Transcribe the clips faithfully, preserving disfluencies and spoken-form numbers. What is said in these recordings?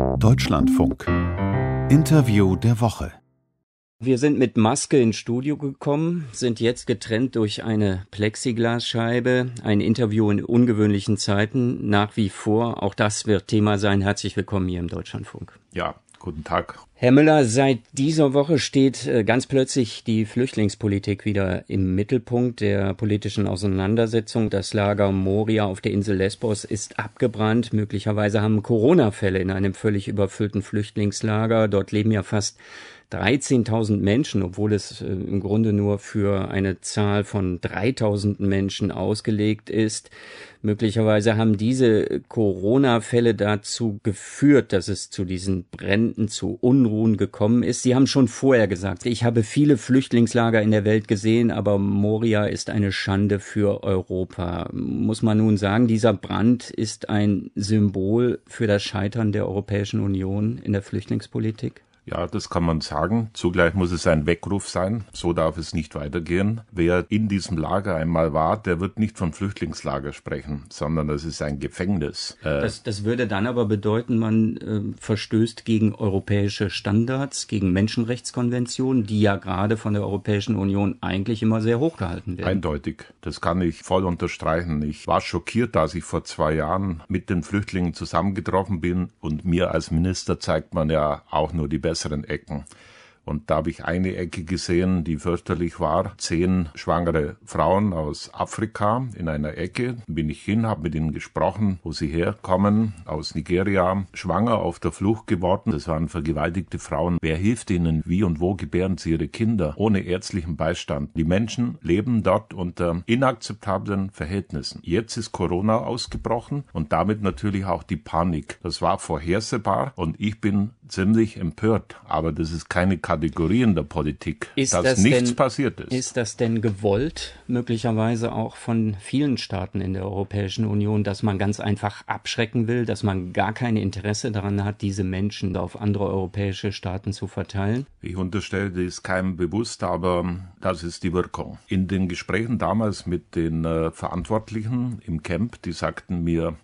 Deutschlandfunk. Interview der Woche. Wir sind mit Maske ins Studio gekommen, sind jetzt getrennt durch eine Plexiglasscheibe. Ein Interview in ungewöhnlichen Zeiten, nach wie vor. Auch das wird Thema sein. Herzlich willkommen hier im Deutschlandfunk. Ja, guten Tag. Herr Müller, seit dieser Woche steht ganz plötzlich die Flüchtlingspolitik wieder im Mittelpunkt der politischen Auseinandersetzung. Das Lager Moria auf der Insel Lesbos ist abgebrannt. Möglicherweise haben Corona-Fälle in einem völlig überfüllten Flüchtlingslager. Dort leben ja fast dreizehntausend Menschen, obwohl es äh, im Grunde nur für eine Zahl von dreitausend Menschen ausgelegt ist. Möglicherweise haben diese Corona-Fälle dazu geführt, dass es zu diesen Bränden, zu Unruhen gekommen ist. Sie haben schon vorher gesagt, ich habe viele Flüchtlingslager in der Welt gesehen, aber Moria ist eine Schande für Europa. Muss man nun sagen, dieser Brand ist ein Symbol für das Scheitern der Europäischen Union in der Flüchtlingspolitik? Ja, das kann man sagen. Zugleich muss es ein Weckruf sein. So darf es nicht weitergehen. Wer in diesem Lager einmal war, der wird nicht von Flüchtlingslager sprechen, sondern das ist ein Gefängnis. Äh das, das würde dann aber bedeuten, man äh, verstößt gegen europäische Standards, gegen Menschenrechtskonventionen, die ja gerade von der Europäischen Union eigentlich immer sehr hochgehalten werden. Eindeutig. Das kann ich voll unterstreichen. Ich war schockiert, als ich vor zwei Jahren mit den Flüchtlingen zusammengetroffen bin, und mir als Minister zeigt man ja auch nur die besseren Ecken. Und da habe ich eine Ecke gesehen, die fürchterlich war. Zehn schwangere Frauen aus Afrika in einer Ecke. Bin ich hin, habe mit ihnen gesprochen, wo sie herkommen, aus Nigeria, schwanger, auf der Flucht geworden. Das waren vergewaltigte Frauen. Wer hilft ihnen? Wie und wo gebären sie ihre Kinder? Ohne ärztlichen Beistand. Die Menschen leben dort unter inakzeptablen Verhältnissen. Jetzt ist Corona ausgebrochen und damit natürlich auch die Panik. Das war vorhersehbar und ich bin ziemlich empört. Aber das ist keine Kategorie in der Politik, ist dass das nichts denn, passiert ist. Ist das denn gewollt, möglicherweise auch von vielen Staaten in der Europäischen Union, dass man ganz einfach abschrecken will, dass man gar kein Interesse daran hat, diese Menschen auf andere europäische Staaten zu verteilen? Ich unterstelle, das ist keinem bewusst, aber das ist die Wirkung. In den Gesprächen damals mit den äh, Verantwortlichen im Camp, die sagten mir,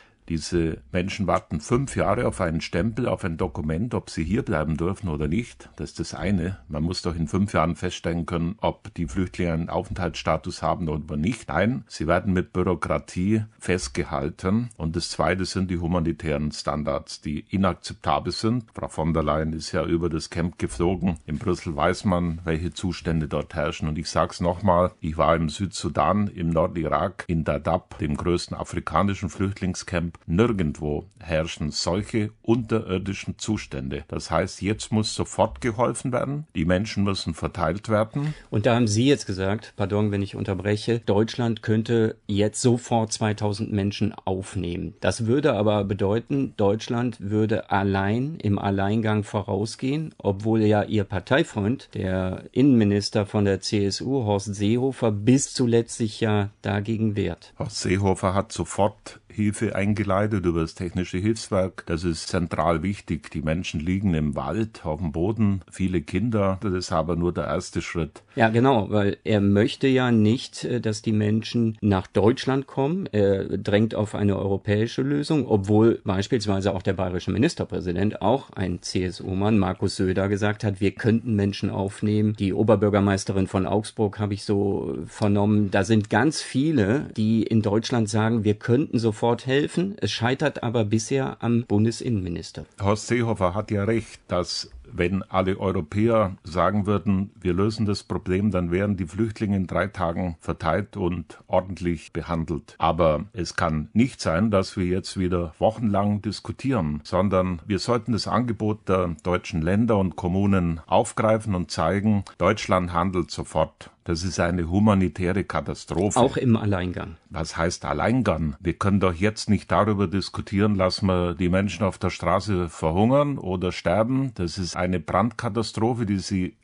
diese Menschen warten fünf Jahre auf einen Stempel, auf ein Dokument, ob sie hier bleiben dürfen oder nicht. Das ist das eine. Man muss doch in fünf Jahren feststellen können, ob die Flüchtlinge einen Aufenthaltsstatus haben oder nicht. Nein, sie werden mit Bürokratie festgehalten. Und das zweite sind die humanitären Standards, die inakzeptabel sind. Frau von der Leyen ist ja über das Camp geflogen. In Brüssel weiß man, welche Zustände dort herrschen. Und ich sage es nochmal, ich war im Südsudan, im Nordirak, in Dadaab, dem größten afrikanischen Flüchtlingscamp. Nirgendwo herrschen solche unterirdischen Zustände. Das heißt, jetzt muss sofort geholfen werden. Die Menschen müssen verteilt werden. Und da haben Sie jetzt gesagt, pardon, wenn ich unterbreche, Deutschland könnte jetzt sofort zweitausend Menschen aufnehmen. Das würde aber bedeuten, Deutschland würde allein im Alleingang vorausgehen, obwohl ja Ihr Parteifreund, der Innenminister von der C S U, Horst Seehofer, bis zuletzt sich ja dagegen wehrt. Horst Seehofer hat sofort Hilfe eingeleitet über das Technische Hilfswerk. Das ist zentral wichtig. Die Menschen liegen im Wald, auf dem Boden, viele Kinder. Das ist aber nur der erste Schritt. Ja, genau, weil er möchte ja nicht, dass die Menschen nach Deutschland kommen. Er drängt auf eine europäische Lösung, obwohl beispielsweise auch der bayerische Ministerpräsident, auch ein C S U-Mann, Markus Söder, gesagt hat, wir könnten Menschen aufnehmen. Die Oberbürgermeisterin von Augsburg habe ich so vernommen. Da sind ganz viele, die in Deutschland sagen, wir könnten sofort helfen. Es scheitert aber bisher am Bundesinnenminister. Horst Seehofer hat ja recht, dass wenn alle Europäer sagen würden, wir lösen das Problem, dann wären die Flüchtlinge in drei Tagen verteilt und ordentlich behandelt. Aber es kann nicht sein, dass wir jetzt wieder wochenlang diskutieren, sondern wir sollten das Angebot der deutschen Länder und Kommunen aufgreifen und zeigen, Deutschland handelt sofort. Das ist eine humanitäre Katastrophe. Auch im Alleingang. Was heißt Alleingang? Wir können doch jetzt nicht darüber diskutieren, lassen wir die Menschen auf der Straße verhungern oder sterben. Das ist eine Brandkatastrophe, die sie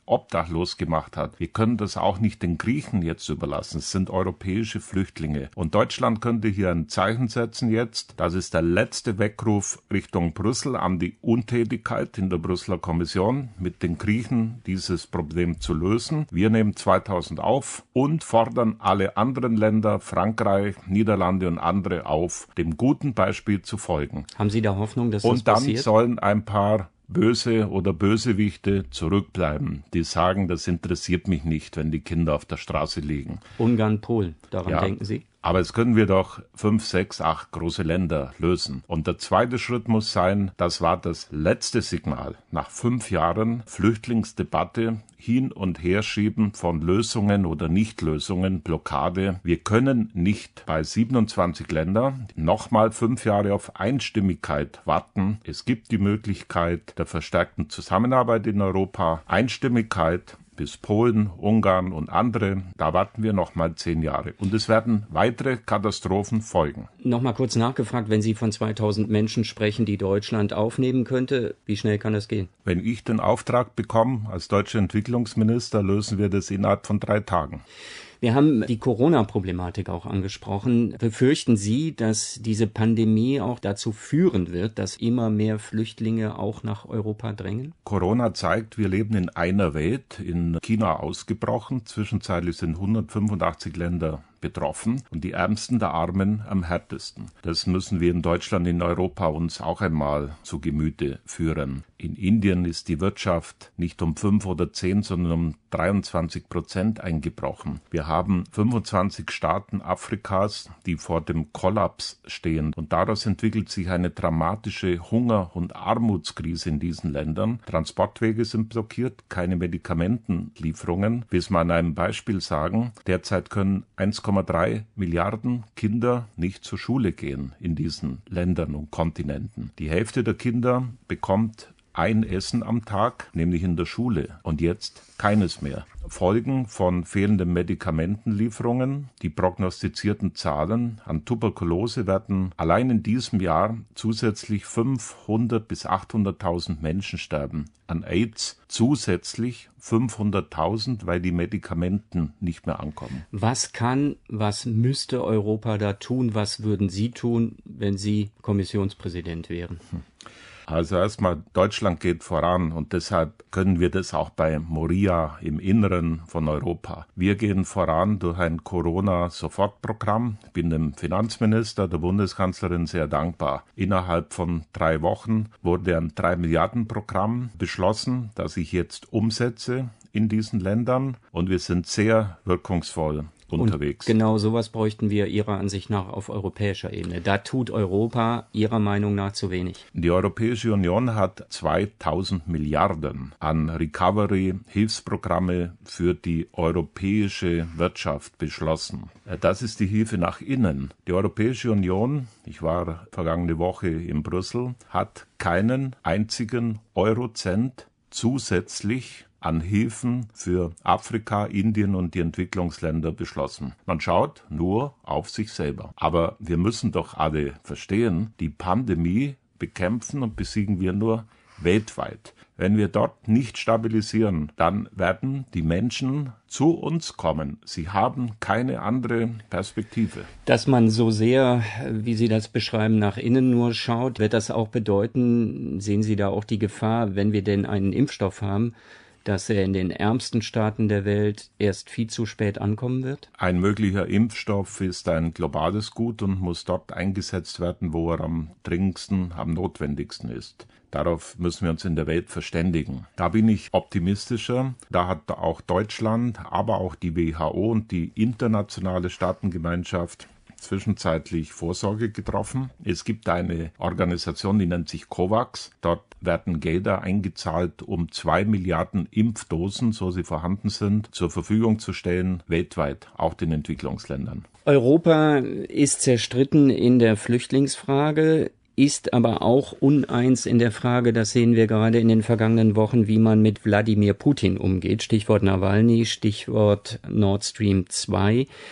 obdachlos gemacht hat. Wir können das auch nicht den Griechen jetzt überlassen. Es sind europäische Flüchtlinge. Und Deutschland könnte hier ein Zeichen setzen jetzt. Das ist der letzte Weckruf Richtung Brüssel an die Untätigkeit in der Brüsseler Kommission, mit den Griechen dieses Problem zu lösen. Wir nehmen zweitausend auf und fordern alle anderen Länder, Frankreich, Niederlande und andere auf, dem guten Beispiel zu folgen. Haben Sie da Hoffnung, dass das und dann passiert? Sollen ein paar Böse oder Bösewichte zurückbleiben, die sagen, das interessiert mich nicht, wenn die Kinder auf der Straße liegen. Ungarn, Polen, daran ja, denken Sie? Aber es können wir doch fünf, sechs, acht große Länder lösen. Und der zweite Schritt muss sein, das war das letzte Signal. Nach fünf Jahren Flüchtlingsdebatte, hin und her schieben von Lösungen oder Nichtlösungen, Blockade. Wir können nicht bei siebenundzwanzig Ländern nochmal fünf Jahre auf Einstimmigkeit warten. Es gibt die Möglichkeit der verstärkten Zusammenarbeit in Europa, Einstimmigkeit bis Polen, Ungarn und andere, da warten wir noch mal zehn Jahre. Und es werden weitere Katastrophen folgen. Noch mal kurz nachgefragt, wenn Sie von zweitausend Menschen sprechen, die Deutschland aufnehmen könnte, wie schnell kann das gehen? Wenn ich den Auftrag bekomme, als deutscher Entwicklungsminister, lösen wir das innerhalb von drei Tagen. Wir haben die Corona-Problematik auch angesprochen. Befürchten Sie, dass diese Pandemie auch dazu führen wird, dass immer mehr Flüchtlinge auch nach Europa drängen? Corona zeigt, wir leben in einer Welt, in China ausgebrochen. Zwischenzeitlich sind hundertfünfundachtzig Länder betroffen und die Ärmsten der Armen am härtesten. Das müssen wir in Deutschland, in Europa uns auch einmal zu Gemüte führen. In Indien ist die Wirtschaft nicht um fünf oder zehn, sondern um dreiundzwanzig Prozent eingebrochen. Wir haben fünfundzwanzig Staaten Afrikas, die vor dem Kollaps stehen. Und daraus entwickelt sich eine dramatische Hunger- und Armutskrise in diesen Ländern. Transportwege sind blockiert, keine Medikamentenlieferungen. Bis wir an einem Beispiel sagen, derzeit können eins Komma drei Milliarden Kinder nicht zur Schule gehen in diesen Ländern und Kontinenten. Die Hälfte der Kinder bekommt ein Essen am Tag, nämlich in der Schule, und jetzt keines mehr. Folgen von fehlenden Medikamentenlieferungen. Die prognostizierten Zahlen an Tuberkulose werden allein in diesem Jahr zusätzlich fünfhundert bis achthunderttausend Menschen sterben. An AIDS zusätzlich fünfhunderttausend, weil die Medikamenten nicht mehr ankommen. Was kann, was müsste Europa da tun? Was würden Sie tun, wenn Sie Kommissionspräsident wären? Hm. Also erstmal, Deutschland geht voran und deshalb können wir das auch bei Moria im Inneren von Europa. Wir gehen voran durch ein Corona-Sofortprogramm. Ich bin dem Finanzminister, der Bundeskanzlerin sehr dankbar. Innerhalb von drei Wochen wurde ein drei Milliarden Programm beschlossen, das ich jetzt umsetze in diesen Ländern und wir sind sehr wirkungsvoll unterwegs. Und genau sowas bräuchten wir Ihrer Ansicht nach auf europäischer Ebene. Da tut Europa Ihrer Meinung nach zu wenig. Die Europäische Union hat zweitausend Milliarden an Recovery-Hilfsprogramme für die europäische Wirtschaft beschlossen. Das ist die Hilfe nach innen. Die Europäische Union, ich war vergangene Woche in Brüssel, hat keinen einzigen Eurocent zusätzlich an Hilfen für Afrika, Indien und die Entwicklungsländer beschlossen. Man schaut nur auf sich selber. Aber wir müssen doch alle verstehen, die Pandemie bekämpfen und besiegen wir nur weltweit. Wenn wir dort nicht stabilisieren, dann werden die Menschen zu uns kommen. Sie haben keine andere Perspektive. Dass man so sehr, wie Sie das beschreiben, nach innen nur schaut, wird das auch bedeuten, sehen Sie da auch die Gefahr, wenn wir denn einen Impfstoff haben, dass er in den ärmsten Staaten der Welt erst viel zu spät ankommen wird? Ein möglicher Impfstoff ist ein globales Gut und muss dort eingesetzt werden, wo er am dringendsten, am notwendigsten ist. Darauf müssen wir uns in der Welt verständigen. Da bin ich optimistischer. Da hat auch Deutschland, aber auch die W H O und die internationale Staatengemeinschaft zwischenzeitlich Vorsorge getroffen. Es gibt eine Organisation, die nennt sich COVAX. Dort werden Gelder eingezahlt, um zwei Milliarden Impfdosen, so sie vorhanden sind, zur Verfügung zu stellen, weltweit, auch den Entwicklungsländern. Europa ist zerstritten in der Flüchtlingsfrage, ist aber auch uneins in der Frage, das sehen wir gerade in den vergangenen Wochen, wie man mit Wladimir Putin umgeht. Stichwort Nawalny, Stichwort Nord Stream zwei.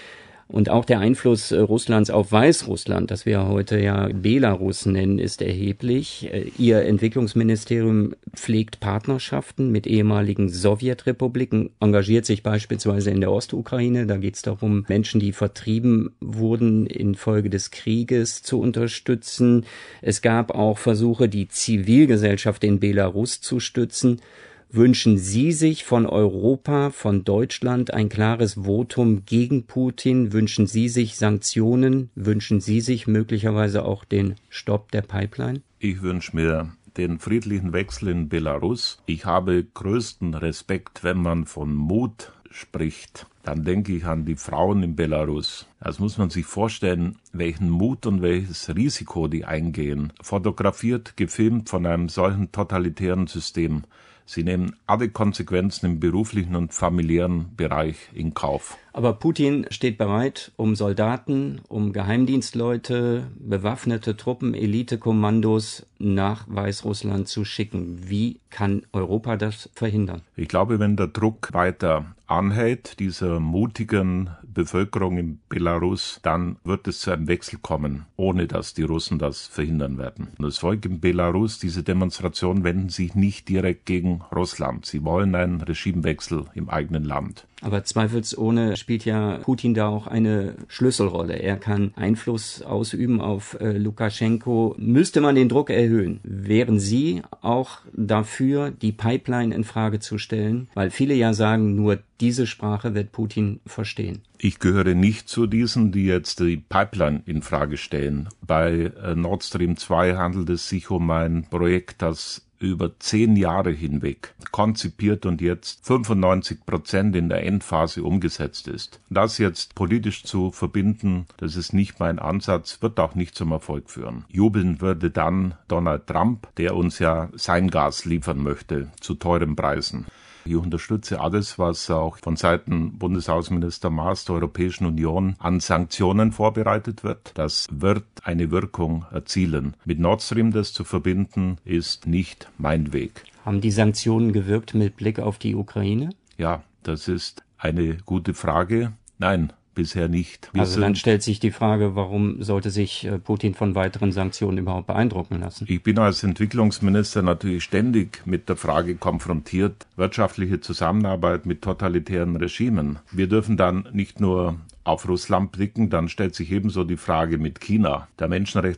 Und auch der Einfluss äh, Russlands auf Weißrussland, das wir heute ja Belarus nennen, ist erheblich. Äh, ihr Entwicklungsministerium pflegt Partnerschaften mit ehemaligen Sowjetrepubliken, engagiert sich beispielsweise in der Ostukraine. Da geht es darum, Menschen, die vertrieben wurden infolge des Krieges, zu unterstützen. Es gab auch Versuche, die Zivilgesellschaft in Belarus zu stützen. Wünschen Sie sich von Europa, von Deutschland ein klares Votum gegen Putin? Wünschen Sie sich Sanktionen? Wünschen Sie sich möglicherweise auch den Stopp der Pipeline? Ich wünsche mir den friedlichen Wechsel in Belarus. Ich habe größten Respekt, wenn man von Mut spricht. Dann denke ich an die Frauen in Belarus. Das muss man sich vorstellen, welchen Mut und welches Risiko die eingehen. Fotografiert, gefilmt von einem solchen totalitären System. Sie nehmen alle Konsequenzen im beruflichen und familiären Bereich in Kauf. Aber Putin steht bereit, um Soldaten, um Geheimdienstleute, bewaffnete Truppen, Elitekommandos nach Weißrussland zu schicken. Wie kann Europa das verhindern? Ich glaube, wenn der Druck weiter anhält, dieser mutigen Bevölkerung in Belarus, dann wird es zu einem Wechsel kommen, ohne dass die Russen das verhindern werden. Und das Volk in Belarus, diese Demonstrationen wenden sich nicht direkt gegen Russland. Sie wollen einen Regimewechsel im eigenen Land. Aber zweifelsohne spielt ja Putin da auch eine Schlüsselrolle. Er kann Einfluss ausüben auf äh, Lukaschenko. Müsste man den Druck erhöhen? Wären Sie auch dafür, die Pipeline in Frage zu stellen? Weil viele ja sagen, nur diese Sprache wird Putin verstehen. Ich gehöre nicht zu diesen, die jetzt die Pipeline in Frage stellen. Bei äh, Nord Stream zwei handelt es sich um ein Projekt, das über zehn Jahre hinweg konzipiert und jetzt fünfundneunzig Prozent in der Endphase umgesetzt ist. Das jetzt politisch zu verbinden, das ist nicht mein Ansatz, wird auch nicht zum Erfolg führen. Jubeln würde dann Donald Trump, der uns ja sein Gas liefern möchte, zu teuren Preisen. Ich unterstütze alles, was auch von Seiten Bundesaußenminister Maas der Europäischen Union an Sanktionen vorbereitet wird. Das wird eine Wirkung erzielen. Mit Nord Stream das zu verbinden, ist nicht mein Weg. Haben die Sanktionen gewirkt mit Blick auf die Ukraine? Ja, das ist eine gute Frage. Nein, bisher nicht. Wir also dann stellt sich die Frage, warum sollte sich Putin von weiteren Sanktionen überhaupt beeindrucken lassen? Ich bin als Entwicklungsminister natürlich ständig mit der Frage konfrontiert, wirtschaftliche Zusammenarbeit mit totalitären Regimen. Wir dürfen dann nicht nur auf Russland blicken, dann stellt sich ebenso die Frage mit China. Der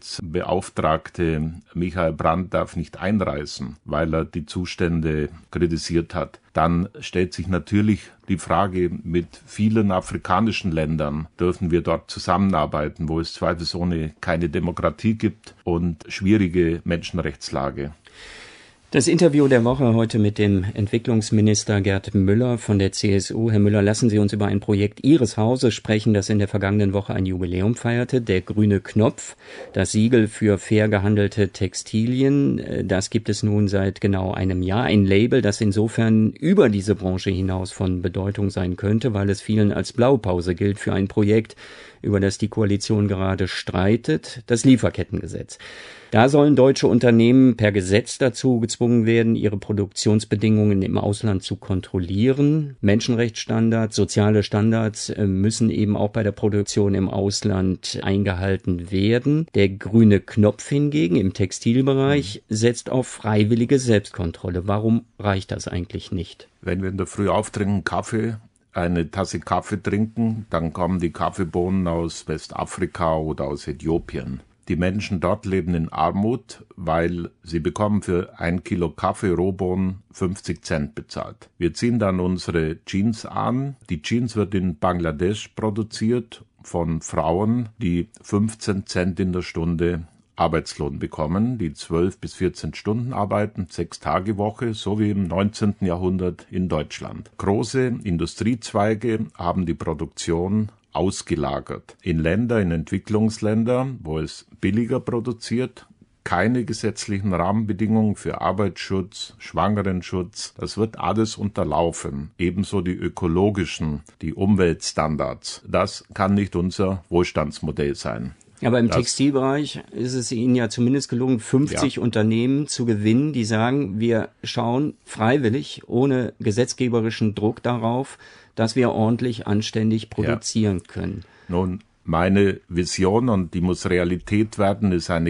Menschenrechtsbeauftragte Michael Brandt darf nicht einreisen, weil er die Zustände kritisiert hat. Dann stellt sich natürlich die Frage, mit vielen afrikanischen Ländern dürfen wir dort zusammenarbeiten, wo es zweifelsohne keine Demokratie gibt und schwierige Menschenrechtslage. Das Interview der Woche heute mit dem Entwicklungsminister Gerd Müller von der C S U. Herr Müller, lassen Sie uns über ein Projekt Ihres Hauses sprechen, das in der vergangenen Woche ein Jubiläum feierte. Der grüne Knopf, das Siegel für fair gehandelte Textilien. Das gibt es nun seit genau einem Jahr. Ein Label, das insofern über diese Branche hinaus von Bedeutung sein könnte, weil es vielen als Blaupause gilt für ein Projekt, über das die Koalition gerade streitet, das Lieferkettengesetz. Da sollen deutsche Unternehmen per Gesetz dazu gezwungen werden, ihre Produktionsbedingungen im Ausland zu kontrollieren. Menschenrechtsstandards, soziale Standards müssen eben auch bei der Produktion im Ausland eingehalten werden. Der grüne Knopf hingegen im Textilbereich setzt auf freiwillige Selbstkontrolle. Warum reicht das eigentlich nicht? Wenn wir in der Früh auftrinken Kaffee, eine Tasse Kaffee trinken, dann kommen die Kaffeebohnen aus Westafrika oder aus Äthiopien. Die Menschen dort leben in Armut, weil sie bekommen für ein Kilo Kaffee Rohbohnen fünfzig Cent bezahlt. Wir ziehen dann unsere Jeans an. Die Jeans wird in Bangladesch produziert von Frauen, die fünfzehn Cent in der Stunde Arbeitslohn bekommen, die zwölf bis vierzehn Stunden arbeiten, sechs Tage Woche, so wie im neunzehnten Jahrhundert in Deutschland. Große Industriezweige haben die Produktion ausgelagert. In Länder, in Entwicklungsländer, wo es billiger produziert, keine gesetzlichen Rahmenbedingungen für Arbeitsschutz, Schwangerenschutz, das wird alles unterlaufen. Ebenso die ökologischen, die Umweltstandards. Das kann nicht unser Wohlstandsmodell sein. Aber im das, Textilbereich ist es Ihnen ja zumindest gelungen, fünfzig ja. Unternehmen zu gewinnen, die sagen, wir schauen freiwillig, ohne gesetzgeberischen Druck darauf, dass wir ordentlich, anständig produzieren ja. können. Nun, meine Vision, und die muss Realität werden, ist eine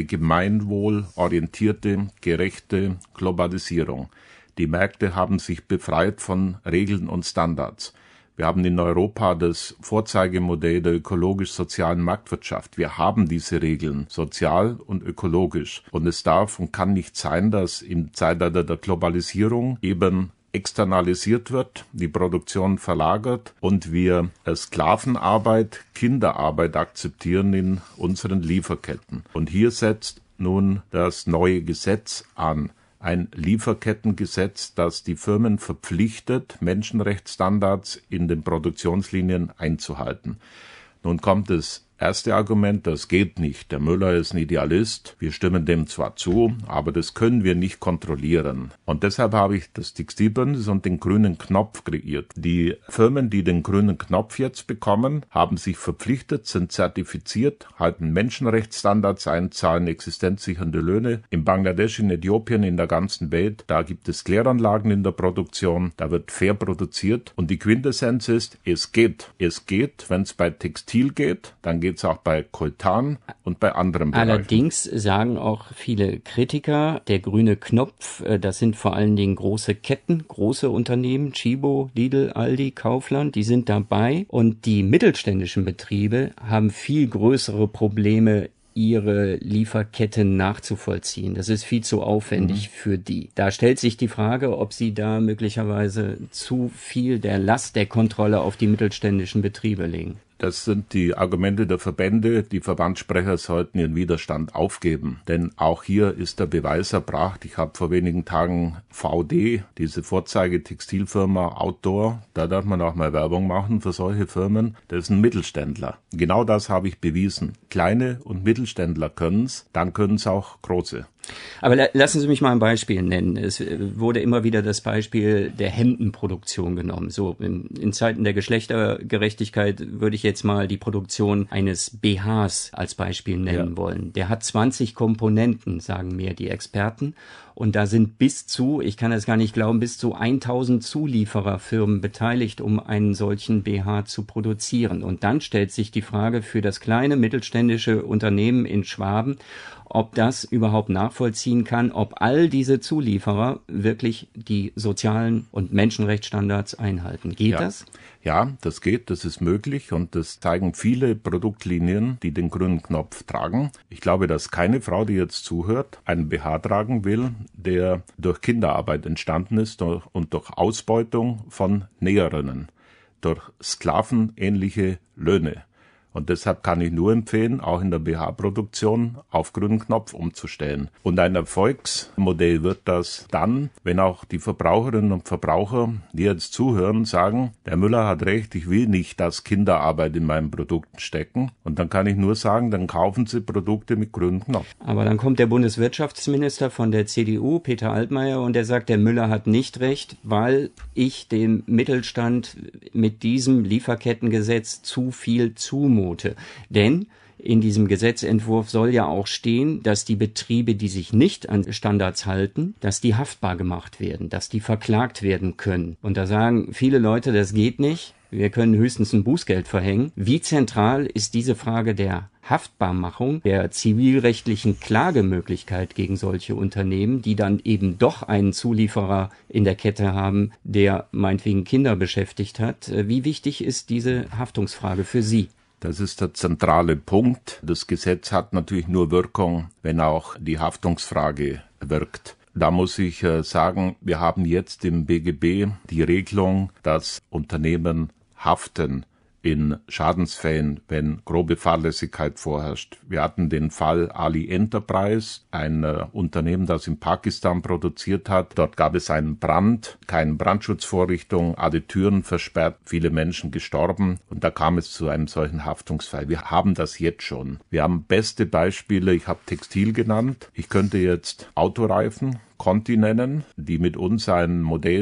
gemeinwohlorientierte, gerechte Globalisierung. Die Märkte haben sich befreit von Regeln und Standards. Wir haben in Europa das Vorzeigemodell der ökologisch-sozialen Marktwirtschaft. Wir haben diese Regeln, sozial und ökologisch. Und es darf und kann nicht sein, dass im Zeitalter der Globalisierung eben externalisiert wird, die Produktion verlagert und wir Sklavenarbeit, Kinderarbeit akzeptieren in unseren Lieferketten. Und hier setzt nun das neue Gesetz an. Ein Lieferkettengesetz, das die Firmen verpflichtet, Menschenrechtsstandards in den Produktionslinien einzuhalten. Nun kommt das erste Argument, das geht nicht. Der Müller ist ein Idealist. Wir stimmen dem zwar zu, aber das können wir nicht kontrollieren. Und deshalb habe ich das Textilbündnis und den grünen Knopf kreiert. Die Firmen, die den grünen Knopf jetzt bekommen, haben sich verpflichtet, sind zertifiziert, halten Menschenrechtsstandards ein, zahlen existenzsichernde Löhne. In Bangladesch, in Äthiopien, in der ganzen Welt, da gibt es Kläranlagen in der Produktion, da wird fair produziert. Und die Quintessenz ist, es geht. Es geht, wenn es bei Textil geht, dann geht geht es auch bei Coltan und bei anderen Bereichen. Allerdings sagen auch viele Kritiker, der grüne Knopf, das sind vor allen Dingen große Ketten, große Unternehmen, Tchibo, Lidl, Aldi, Kaufland, die sind dabei und die mittelständischen Betriebe haben viel größere Probleme, ihre Lieferketten nachzuvollziehen. Das ist viel zu aufwendig mhm. für die. Da stellt sich die Frage, ob sie da möglicherweise zu viel der Last der Kontrolle auf die mittelständischen Betriebe legen. Das sind die Argumente der Verbände. Die Verbandssprecher sollten ihren Widerstand aufgeben. Denn auch hier ist der Beweis erbracht. Ich habe vor wenigen Tagen V D, diese Vorzeigetextilfirma Outdoor, da darf man auch mal Werbung machen für solche Firmen. Das ist ein Mittelständler. Genau das habe ich bewiesen. Kleine und Mittelständler können es, dann können es auch große. Aber la- lassen Sie mich mal ein Beispiel nennen. Es wurde immer wieder das Beispiel der Hemdenproduktion genommen. So in, in Zeiten der Geschlechtergerechtigkeit würde ich jetzt mal die Produktion eines B Hs als Beispiel nennen ja. wollen. Der hat zwanzig Komponenten, sagen mir die Experten. Und da sind bis zu, ich kann das gar nicht glauben, bis zu tausend Zuliefererfirmen beteiligt, um einen solchen B H zu produzieren. Und dann stellt sich die Frage für das kleine mittelständische Unternehmen in Schwaben, ob das überhaupt nachvollziehen kann, ob all diese Zulieferer wirklich die sozialen und Menschenrechtsstandards einhalten. Geht ja. das? Ja, das geht, das ist möglich und das zeigen viele Produktlinien, die den grünen Knopf tragen. Ich glaube, dass keine Frau, die jetzt zuhört, einen B H tragen will, der durch Kinderarbeit entstanden ist und durch Ausbeutung von Näherinnen, durch sklavenähnliche Löhne. Und deshalb kann ich nur empfehlen, auch in der B H-Produktion auf grünen Knopf umzustellen. Und ein Erfolgsmodell wird das dann, wenn auch die Verbraucherinnen und Verbraucher, die jetzt zuhören, sagen, der Müller hat recht, ich will nicht, dass Kinderarbeit in meinen Produkten stecken. Und dann kann ich nur sagen, dann kaufen Sie Produkte mit grünem Knopf. Aber dann kommt der Bundeswirtschaftsminister von der C D U, Peter Altmaier, und der sagt, der Müller hat nicht recht, weil ich dem Mittelstand mit diesem Lieferkettengesetz zu viel zumute. Denn in diesem Gesetzentwurf soll ja auch stehen, dass die Betriebe, die sich nicht an Standards halten, dass die haftbar gemacht werden, dass die verklagt werden können. Und da sagen viele Leute, das geht nicht. Wir können höchstens ein Bußgeld verhängen. Wie zentral ist diese Frage der Haftbarmachung, der zivilrechtlichen Klagemöglichkeit gegen solche Unternehmen, die dann eben doch einen Zulieferer in der Kette haben, der meinetwegen Kinder beschäftigt hat? Wie wichtig ist diese Haftungsfrage für Sie? Das ist der zentrale Punkt. Das Gesetz hat natürlich nur Wirkung, wenn auch die Haftungsfrage wirkt. Da muss ich äh, sagen, wir haben jetzt im B G B die Regelung, dass Unternehmen haften in Schadensfällen, wenn grobe Fahrlässigkeit vorherrscht. Wir hatten den Fall Ali Enterprise, ein äh, Unternehmen, das in Pakistan produziert hat. Dort gab es einen Brand, keine Brandschutzvorrichtung, alle Türen versperrt, viele Menschen gestorben und da kam es zu einem solchen Haftungsfall. Wir haben das jetzt schon. Wir haben beste Beispiele, ich habe Textil genannt. Ich könnte jetzt Autoreifen, Conti nennen, die mit uns ein Modell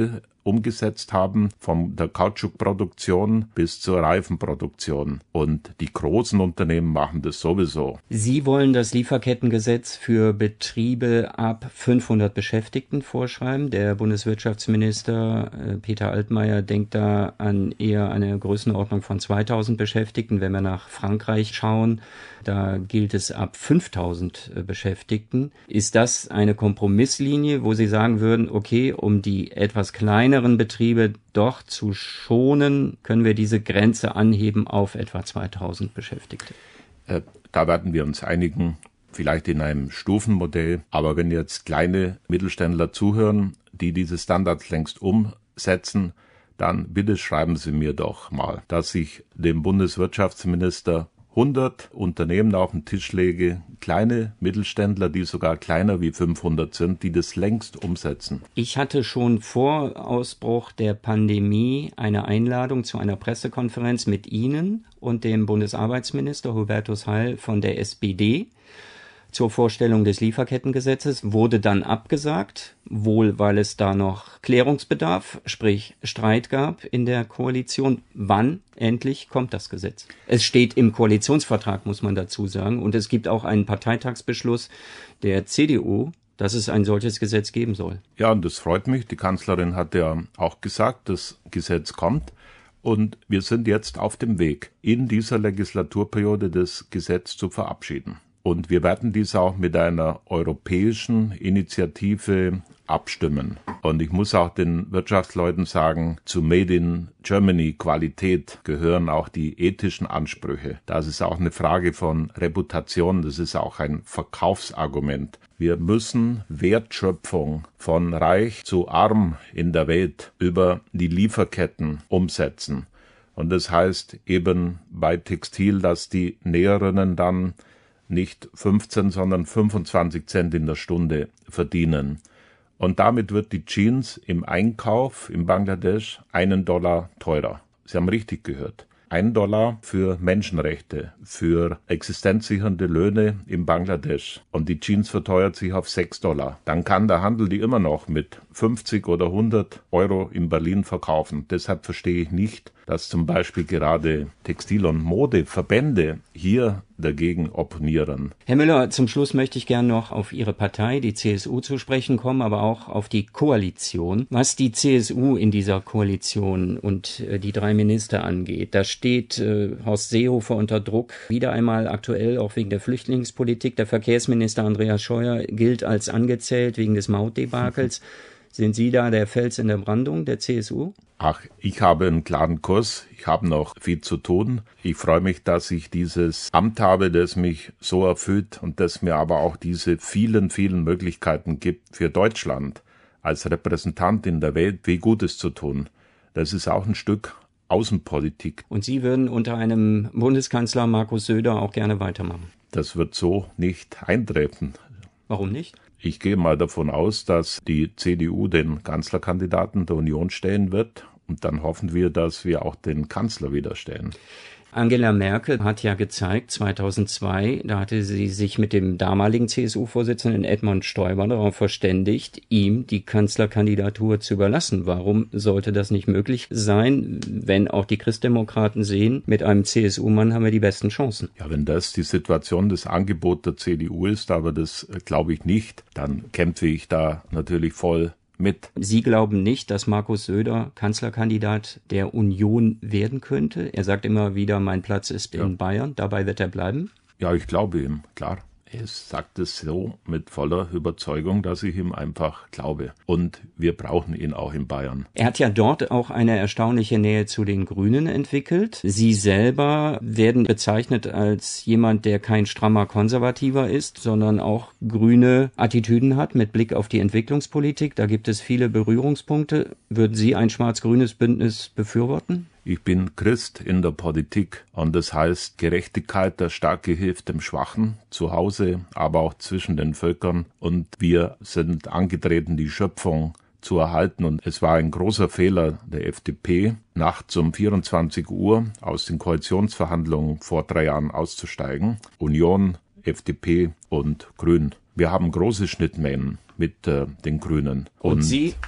umgesetzt haben, von der Kautschukproduktion bis zur Reifenproduktion. Und die großen Unternehmen machen das sowieso. Sie wollen das Lieferkettengesetz für Betriebe ab fünfhundert Beschäftigten vorschreiben. Der Bundeswirtschaftsminister äh, Peter Altmaier denkt da an eher eine Größenordnung von zweitausend Beschäftigten. Wenn wir nach Frankreich schauen, da gilt es ab fünftausend äh, Beschäftigten. Ist das eine Kompromisslinie, wo Sie sagen würden, okay, um die etwas kleineren Betriebe doch zu schonen, können wir diese Grenze anheben auf etwa zweitausend Beschäftigte? Äh, da werden wir uns einigen, vielleicht in einem Stufenmodell. Aber wenn jetzt kleine Mittelständler zuhören, die diese Standards längst umsetzen, dann bitte schreiben Sie mir doch mal, dass ich dem Bundeswirtschaftsminister hundert Unternehmen auf den Tisch lege, kleine Mittelständler, die sogar kleiner wie fünfhundert sind, die das längst umsetzen. Ich hatte schon vor Ausbruch der Pandemie eine Einladung zu einer Pressekonferenz mit Ihnen und dem Bundesarbeitsminister Hubertus Heil von der S P D zur Vorstellung des Lieferkettengesetzes, wurde dann abgesagt, wohl weil es da noch Klärungsbedarf, sprich Streit gab in der Koalition. Wann endlich kommt das Gesetz? Es steht im Koalitionsvertrag, muss man dazu sagen, und es gibt auch einen Parteitagsbeschluss der C D U, dass es ein solches Gesetz geben soll. Ja, und das freut mich. Die Kanzlerin hat ja auch gesagt, das Gesetz kommt. Und wir sind jetzt auf dem Weg, in dieser Legislaturperiode das Gesetz zu verabschieden. Und wir werden dies auch mit einer europäischen Initiative abstimmen. Und ich muss auch den Wirtschaftsleuten sagen, zu Made in Germany Qualität gehören auch die ethischen Ansprüche. Das ist auch eine Frage von Reputation, das ist auch ein Verkaufsargument. Wir müssen Wertschöpfung von reich zu arm in der Welt über die Lieferketten umsetzen. Und das heißt eben bei Textil, dass die Näherinnen dann nicht fünfzehn, sondern fünfundzwanzig Cent in der Stunde verdienen. Und damit wird die Jeans im Einkauf in Bangladesch einen Dollar teurer. Sie haben richtig gehört. Ein Dollar für Menschenrechte, für existenzsichernde Löhne in Bangladesch. Und die Jeans verteuert sich auf sechs Dollar. Dann kann der Handel die immer noch mit fünfzig oder hundert Euro in Berlin verkaufen. Deshalb verstehe ich nicht, dass zum Beispiel gerade Textil- und Modeverbände hier dagegen opponieren. Herr Müller, zum Schluss möchte ich gern noch auf Ihre Partei, die C S U, zu sprechen kommen, aber auch auf die Koalition. Was die C S U in dieser Koalition und äh, die drei Minister angeht, da steht äh, Horst Seehofer unter Druck, wieder einmal aktuell, auch wegen der Flüchtlingspolitik. Der Verkehrsminister Andreas Scheuer gilt als angezählt wegen des Mautdebakels. Sind Sie da der Fels in der Brandung der C S U? Ach, ich habe einen klaren Kurs. Ich habe noch viel zu tun. Ich freue mich, dass ich dieses Amt habe, das mich so erfüllt und das mir aber auch diese vielen, vielen Möglichkeiten gibt, für Deutschland als Repräsentant in der Welt viel Gutes zu tun. Das ist auch ein Stück Außenpolitik. Und Sie würden unter einem Bundeskanzler Markus Söder auch gerne weitermachen? Das wird so nicht eintreten. Warum nicht? Ich gehe mal davon aus, dass die C D U den Kanzlerkandidaten der Union stellen wird und dann hoffen wir, dass wir auch den Kanzler wieder stellen. Angela Merkel hat ja gezeigt, zweitausendzwei, da hatte sie sich mit dem damaligen C S U-Vorsitzenden Edmund Stoiber darauf verständigt, ihm die Kanzlerkandidatur zu überlassen. Warum sollte das nicht möglich sein, wenn auch die Christdemokraten sehen, mit einem C S U-Mann haben wir die besten Chancen? Ja, wenn das die Situation des Angebots der C D U ist, aber das glaube ich nicht, dann kämpfe ich da natürlich voll mit. Sie glauben nicht, dass Markus Söder Kanzlerkandidat der Union werden könnte? Er sagt immer wieder, mein Platz ist ja in Bayern. Dabei wird er bleiben? Ja, ich glaube ihm, klar. Er sagt es so mit voller Überzeugung, dass ich ihm einfach glaube. Und wir brauchen ihn auch in Bayern. Er hat ja dort auch eine erstaunliche Nähe zu den Grünen entwickelt. Sie selber werden bezeichnet als jemand, der kein strammer Konservativer ist, sondern auch grüne Attitüden hat mit Blick auf die Entwicklungspolitik. Da gibt es viele Berührungspunkte. Würden Sie ein schwarz-grünes Bündnis befürworten? Ich bin Christ in der Politik und das heißt Gerechtigkeit, der Starke hilft dem Schwachen, zu Hause, aber auch zwischen den Völkern. Und wir sind angetreten, die Schöpfung zu erhalten. Und es war ein großer Fehler der F D P, nachts um vierundzwanzig Uhr aus den Koalitionsverhandlungen vor drei Jahren auszusteigen. Union, F D P und Grün. Wir haben große Schnittmengen mit äh, den Grünen. Und, und Sie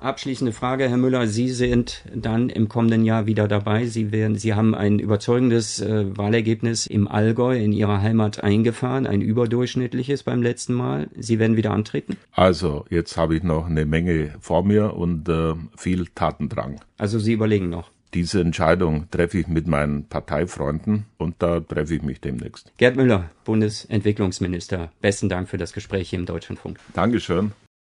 Abschließende Frage, Herr Müller. Sie sind dann im kommenden Jahr wieder dabei. Sie werden, Sie haben ein überzeugendes äh, Wahlergebnis im Allgäu in Ihrer Heimat eingefahren, ein überdurchschnittliches beim letzten Mal. Sie werden wieder antreten? Also, jetzt habe ich noch eine Menge vor mir und äh, viel Tatendrang. Also Sie überlegen noch. Diese Entscheidung treffe ich mit meinen Parteifreunden und da treffe ich mich demnächst. Gerd Müller, Bundesentwicklungsminister. Besten Dank für das Gespräch hier im Deutschlandfunk. Dankeschön.